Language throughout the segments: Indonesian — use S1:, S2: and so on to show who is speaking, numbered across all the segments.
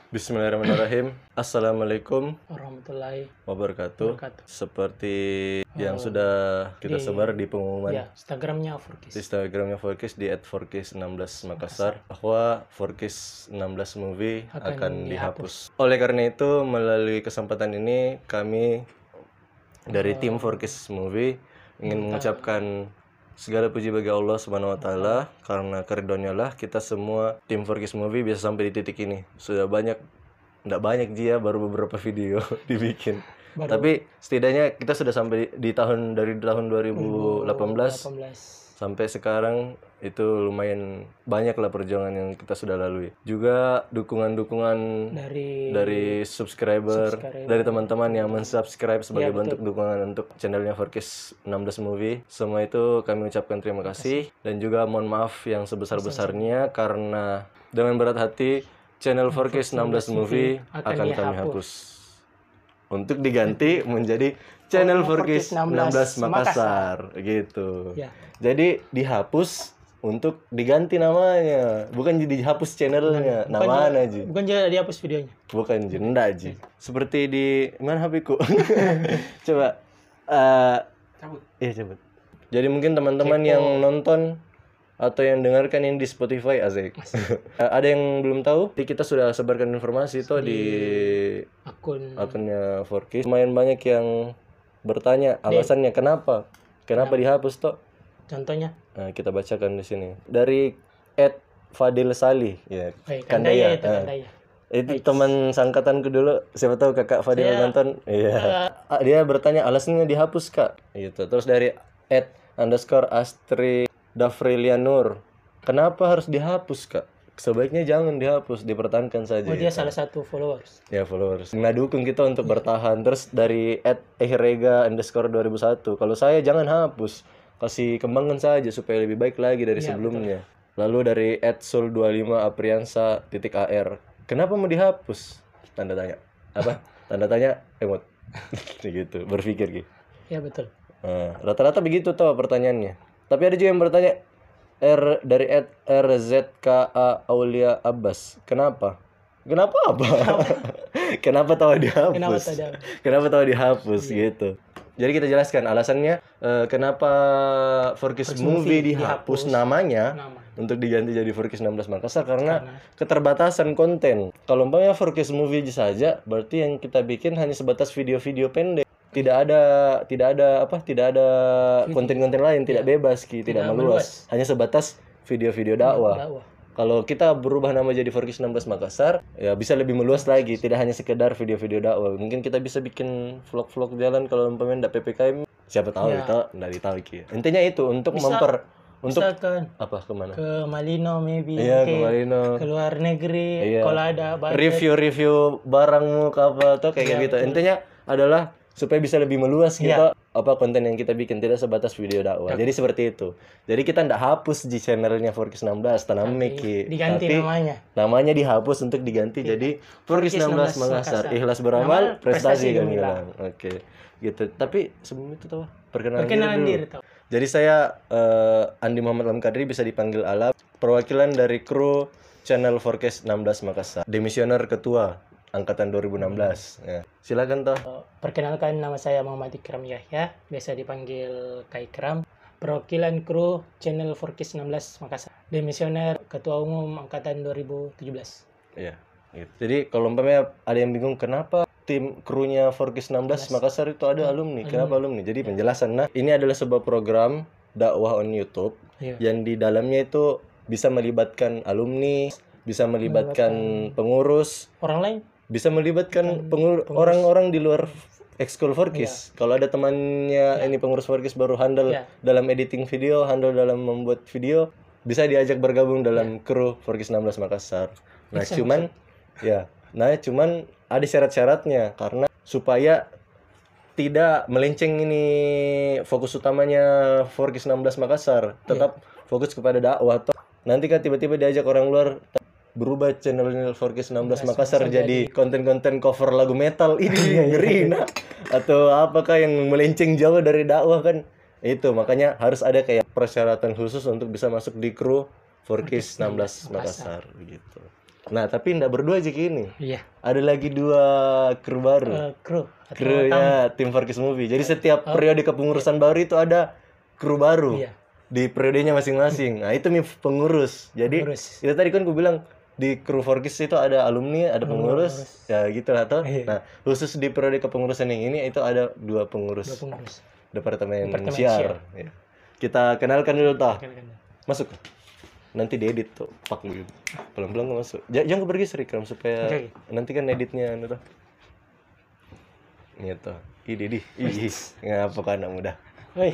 S1: Bismillahirrahmanirrahim. Assalamualaikum
S2: warahmatullahi
S1: wabarakatuh.
S2: wabarakatuh.
S1: Seperti yang sudah kita sebar di pengumuman
S2: Ya, Instagramnya
S1: di
S2: Forkis.
S1: Instagramnya Forkis di @forkis16 Makassar bahwa Forkis 16 movie akan dihapus. Oleh karena itu, melalui kesempatan ini kami dari tim Forkis movie ingin mengucapkan segala puji bagi Allah Subhanahu wa taala, karena keridhoannya lah kita semua tim Forkis movie bisa sampai di titik ini. Sudah enggak banyak dia, baru beberapa video dibikin. Tapi setidaknya kita sudah sampai di dari tahun 2018 sampai sekarang, itu lumayan banyak lah perjuangan yang kita sudah lalui. Juga dukungan-dukungan dari subscriber, dari teman-teman yang mensubscribe sebagai bentuk dukungan untuk channelnya Forkis 16 Movie. Semua itu kami ucapkan terima kasih dan juga mohon maaf yang sebesar-besarnya karena dengan berat hati channel Forkis 16 Movie akan kami hapus untuk diganti menjadi channel Forkis 16 Makassar gitu.
S2: Ya.
S1: Jadi dihapus untuk diganti namanya, bukan jadi dihapus channelnya. Namanya aja.
S2: Bukan jadi dihapus videonya.
S1: Bukan jenda aja. Seperti di mana HP-ku. Coba cabut. Iya, cabut. Jadi mungkin teman-teman yang nonton atau yang dengarkan ini di Spotify, Azek. Ada yang belum tahu, kita sudah sebarkan informasi itu di akunnya Forkis. Lumayan banyak yang bertanya alasannya kenapa dihapus toh.
S2: Contohnya?
S1: Nah, kita bacakan di sini. Dari @Fadil Salih, ya.
S2: Kandaya itu Kandaya.
S1: Itu teman sangkatanku dulu. Siapa tahu Kakak Fadil nonton. Iya. Dia bertanya alasannya dihapus, Kak. Gitu. Terus dari @_Astri Dafrilianur. Kenapa harus dihapus, Kak? Sebaiknya jangan dihapus, dipertahankan saja.
S2: Oh, dia salah satu followers.
S1: Ya, followers. Nah, dukung kita untuk bertahan. Terus dari @ehirega_2001. Kalau saya jangan hapus, kasih kembangkan saja supaya lebih baik lagi dari sebelumnya. Betul. Lalu dari @sul25apriansa.ar. Kenapa mau dihapus? Tanda tanya. Apa? Tanda tanya emot. Gitu, berpikir gitu.
S2: Ya, betul.
S1: Rata-rata begitu tuh pertanyaannya. Tapi ada juga yang bertanya dari @rzka Aulia Abbas. Kenapa apa? Kenapa tahu dihapus? Kenapa tahu dihapus gitu. Jadi kita jelaskan alasannya kenapa Forkis Movie dihapus namanya untuk diganti jadi Forkis 16 Makassar karena keterbatasan konten. Kalau umpamanya Forkis Movie saja, berarti yang kita bikin hanya sebatas video-video pendek. Tidak ada konten-konten lain, tidak bebas, tidak meluas. Hanya sebatas video-video dakwah. Kalau kita berubah nama jadi Forkis 16 Makassar, ya bisa lebih meluas lagi, tidak hanya sekedar video-video dakwah. Mungkin kita bisa bikin vlog-vlog jalan kalau umpamanya enggak PPKM. Siapa tahu kita enggak ditahu gitu. Intinya itu untuk
S2: misalkan
S1: apa kemana?
S2: Ke Malino maybe.
S1: Iya, ke Malino.
S2: Ke luar negeri kalau ada
S1: review barangmu ke apa tuh kayak gitu. Intinya adalah supaya bisa lebih meluas kita konten yang kita bikin, tidak sebatas video dakwah. Jadi seperti itu. Jadi kita ndak hapus di channelnya Forkis 16 tanam Miki.
S2: Diganti namanya.
S1: Namanya dihapus untuk diganti jadi Forkis 16 Makassar. Ikhlas beramal, prestasi kami bilang. Oke. Gitu. Tapi sebelum itu tahu perkenalan diri dulu. Jadi saya Andi Muhammad Alam Kadri, bisa dipanggil Alam, perwakilan dari kru channel Forkis 16 Makassar. Demisioner ketua angkatan 2016. Ya. Silakan toh.
S2: Perkenalkan, nama saya Muhammad Ikram Yahya, biasa dipanggil Kak Ikram. Perwakilan kru channel Forkis 16 Makassar. Demisioner ketua umum angkatan 2017.
S1: Iya. Gitu. Jadi kalau umpamanya ada yang bingung kenapa tim krunya Forkis 16 Makassar itu ada alumni. Kenapa alumni? Jadi penjelasan. Nah, ini adalah sebuah program dakwah on YouTube yang di dalamnya itu bisa melibatkan alumni, bisa melibatkan pengurus,
S2: orang lain,
S1: bisa melibatkan orang-orang di luar ekskul Forkis. Kalau ada temannya ini pengurus Forkis baru handal dalam editing video, handal dalam membuat video, bisa diajak bergabung dalam kru Forkis 16 Makassar. Nah, cuman ada syarat-syaratnya karena supaya tidak melenceng ini fokus utamanya Forkis 16 Makassar, tetap fokus kepada dakwah. Nanti kan tiba-tiba diajak orang luar, berubah channel Forkis 16 Makassar jadi konten-konten cover lagu metal. Ini ngeri nah. Atau apakah yang melenceng jauh dari dakwah kan. Itu makanya harus ada kayak persyaratan khusus untuk bisa masuk di kru Forkis 16 Makassar gitu. Nah, tapi nggak berdua aja ini.
S2: Iya.
S1: Ada lagi 2 kru baru.
S2: Kru atau
S1: Kru ya tim Forkis Movie. Jadi setiap periode kepengurusan baru itu ada kru baru.
S2: Iya.
S1: Di periodenya masing-masing. Nah, itu pengurus. Jadi
S2: Pengurus.
S1: itu tadi kan gue bilang di kru Forkis itu ada alumni, ada pengurus. Ya gitu lah toh.
S2: Iya.
S1: Nah, khusus di periode kepengurusan yang ini itu ada 2 pengurus.
S2: 2 pengurus.
S1: Departemen
S2: Departemen
S1: siar. Ya. Kita kenalkan dulu tah.
S2: Kan.
S1: Masuk. Nanti diedit tuh, pak gitu. Pelan-pelan nggak masuk. Jangan bergeser Ikram supaya
S2: Oke.
S1: nanti kan editnya tuh. Gitu. Ih, ngapa kan anak muda.
S2: Woi.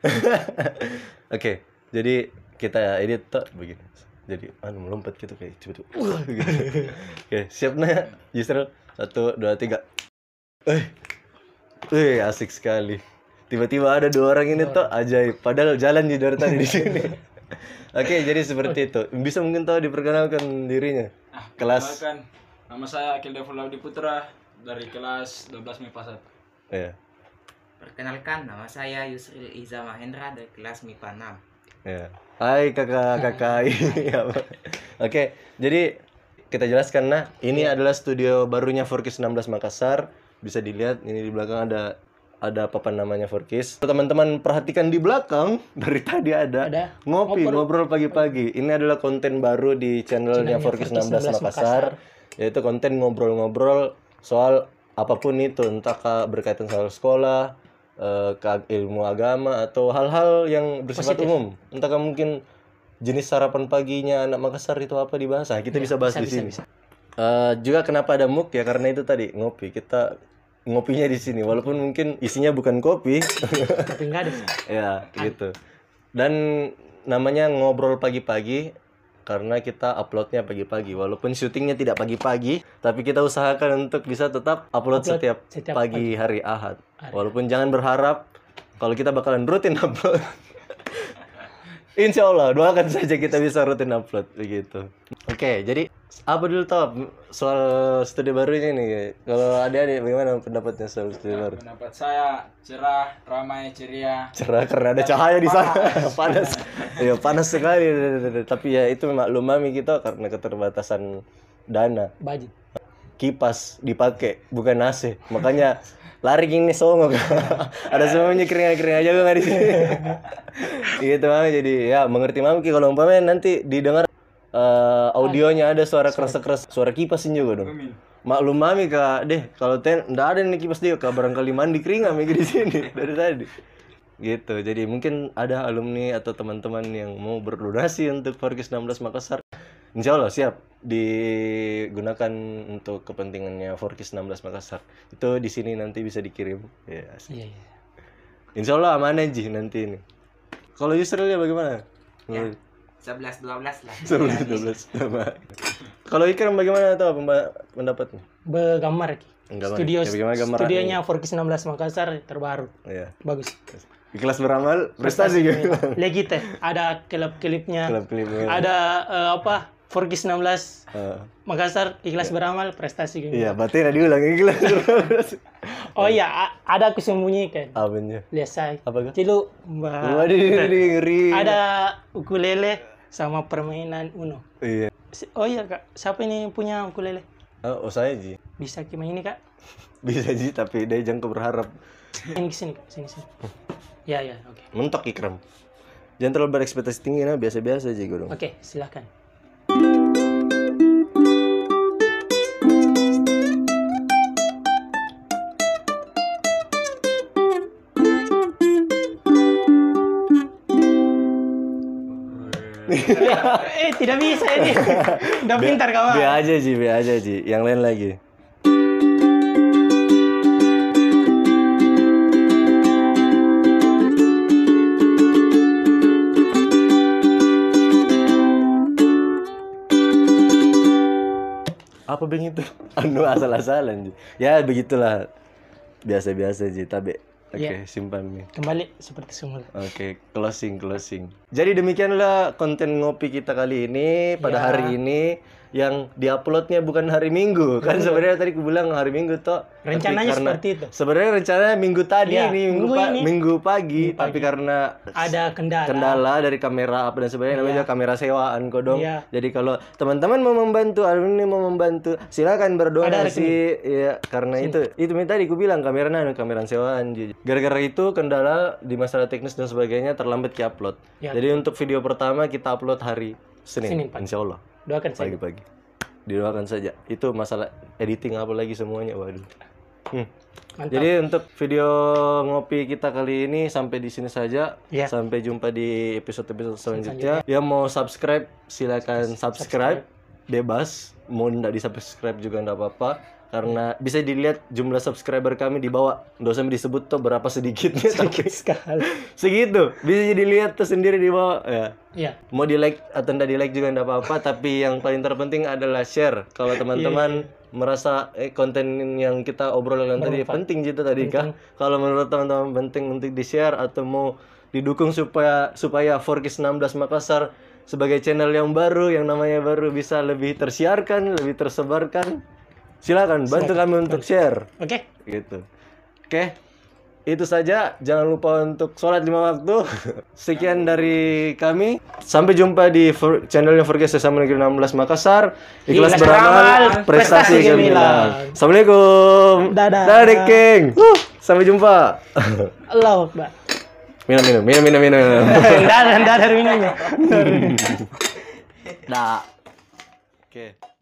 S1: Oke, jadi kita edit tuh begini. Jadi melompat gitu kayak cepet gitu. Oke, siap nah. Yusril 1 2 3. Asik sekali. Tiba-tiba ada 2 orang ini tuh ajaib. Padahal jalan di dari tadi di sini. Oke, jadi seperti itu. Bisa mungkin tahu diperkenalkan dirinya. Kelas.
S3: Perkenalkan, nama saya Akil Devulaudi Putra dari kelas 12 MIPA 1.
S1: Ya.
S4: Perkenalkan, nama saya Yusril Iza Mahendra dari kelas MIPA 6.
S1: Ya. Hai kakak. Oke, jadi kita jelaskan nah, ini adalah studio barunya Forkis 16 Makassar. Bisa dilihat ini di belakang ada papan namanya Forkis. Teman-teman perhatikan di belakang dari tadi ada ngobrol pagi-pagi. Ini adalah konten baru di channelnya Forkis 16 Makassar, yaitu konten ngobrol-ngobrol soal apapun itu, entah berkaitan soal sekolah, ilmu agama atau hal-hal yang bersifat umum. Entah mungkin jenis sarapan paginya anak Makassar itu apa dibahas. Nah, kita bisa bahas di sini. Juga kenapa ada MUK ya, karena itu tadi ngopi. Kita ngopinya di sini walaupun mungkin isinya bukan kopi.
S2: Tapi enggak ada.
S1: Ya, gitu. Dan namanya ngobrol pagi-pagi karena kita uploadnya pagi-pagi. Walaupun syutingnya tidak pagi-pagi, tapi kita usahakan untuk bisa tetap upload setiap pagi hari Ahad. Walaupun jangan berharap kalau kita bakalan rutin upload. Insya Allah, doakan saja kita bisa rutin upload begitu. Oke, jadi apa dulu toh soal studi barunya nih? Kalau adik-adik bagaimana pendapatnya soal studi baru?
S3: Pendapat saya cerah, ramai, ceria.
S1: Cerah karena ada cahaya di sana. Panas. Ya, panas sekali. Tapi ya itu maklumi kita karena keterbatasan dana.
S2: Budget.
S1: Kipas dipakai bukan AC. Makanya lari gini songok. Ada semuanya keringat-keringat aja nggak di sini. Gitu mami, jadi ya mengerti mami kalau umpamanya nanti didengar audionya ada suara keras-keras, suara kipasin juga dong. Maklum mami kak deh kalau nggak ada nih kipas dia kak, barangkali mandi keringat mami di sini dari tadi. Gitu. Jadi mungkin ada alumni atau teman-teman yang mau berdonasi untuk Forkis 16 Makassar. Insya Allah siap digunakan untuk kepentingannya Forkis 16 Makassar. Itu di sini nanti bisa dikirim. Ya,
S2: Iya.
S1: Insya Allah aman aja nanti ini. Kalau Yusril ya bagaimana?
S4: Ya, 11-12 lah.
S1: 11-12 sama. Kalau Ikram bagaimana tuh pendapatnya?
S2: Bergambar Ki.
S1: Gambar.
S2: Studio
S1: Ya, bagaimana gambar
S2: studionya Forkis 16 Makassar terbaru.
S1: Iya.
S2: Bagus.
S1: Ikhlas beramal, prestasi gitu.
S2: Legit ada klip-klipnya.
S1: Klip-klipnya.
S2: Ada Forkis 16 Makassar ikhlas beramal prestasi gitu.
S1: Iya, berarti udah diulang ikhlas beramal.
S2: Oh iya, ada aku sembunyikan.
S1: Apanya?
S2: Lihat saya.
S1: Apa kan?
S2: Cilu,
S1: Waduh, ngeri.
S2: ada ukulele sama permainan Uno.
S1: Iya.
S2: Oh iya kak, siapa ini punya ukulele?
S1: Oh, saya Ji.
S2: Bisa main ini kak?
S1: Bisa Ji, tapi dia jangan berharap.
S2: Ini sini kak, sini. Ya, oke.
S1: Mentok Ikram. Jangan terlalu berekspektasi tinggi, nah biasa-biasa aja gue dong.
S2: Oke, silakan. Tidak bisa ini. Udah pintar kawan.
S1: Be aja Ji. Yang lain lagi. Apa begitu? Asal-asalan Ji. Ya begitulah. Biasa-biasa Ji, tapi Oke, simpan nih.
S2: Kembali seperti semula.
S1: Oke, closing. Jadi demikianlah konten ngopi kita kali ini pada hari ini. yang diuploadnya bukan hari Minggu kan sebenarnya tadi aku bilang hari Minggu toh
S2: Rencananya seperti itu.
S1: Sebenarnya rencananya minggu tadi
S2: Iya,
S1: nih minggu pagi tapi karena
S2: ada kendala
S1: dari kamera apa dan sebagainya namanya juga kamera sewaan kok dong.
S2: Iya.
S1: Jadi kalau teman-teman mau membantu alumni mau membantu silakan berdonasi ya karena itu tadi aku bilang kamera sewaan. Gara-gara itu kendala di masalah teknis dan sebagainya terlambat ki upload.
S2: Ya,
S1: Jadi untuk video pertama kita upload hari Senin
S2: pagi.
S1: Insya Allah
S2: Doakan saja.
S1: pagi-pagi. Didoakan saja. Itu masalah editing apa lagi semuanya. Waduh.
S2: Mantap.
S1: Jadi untuk video ngopi kita kali ini sampai di sini saja.
S2: Ya.
S1: Sampai jumpa di episode-episode selanjutnya. Yang mau subscribe silakan subscribe. Bebas. Mau tidak di-subscribe juga tidak apa-apa. Karena bisa dilihat jumlah subscriber kami di bawah. Nggak usah disebut tuh berapa sedikitnya.
S2: Sedikit sekali.
S1: Segitu. Bisa dilihat tuh sendiri di bawah. Ya.
S2: Iya.
S1: Mau di like atau tidak di like juga tidak apa-apa. Tapi yang paling terpenting adalah share. Kalau teman-teman merasa konten yang kita obrolkan tadi penting gitu tadi kan. Kalau menurut teman-teman penting untuk di share atau mau didukung supaya 4Kiss 16 Makassar sebagai channel yang baru yang namanya baru bisa lebih tersiarkan, lebih tersebarkan. Silakan bantu kami untuk share.
S2: Oke.
S1: Gitu. Oke. Itu saja. Jangan lupa untuk sholat 5 waktu. Sekian dari kami. Sampai jumpa di channelnya 4Kiss SMA Negeri 16 Makassar. Ikhlas beramal, prestasi gemilang. Assalamualaikum.
S2: Dadah.
S1: Dadah King. Sampai jumpa.
S2: Allahu Akbar.
S1: Minum.
S2: Enggak ada minumnya.
S1: Dah. Oke.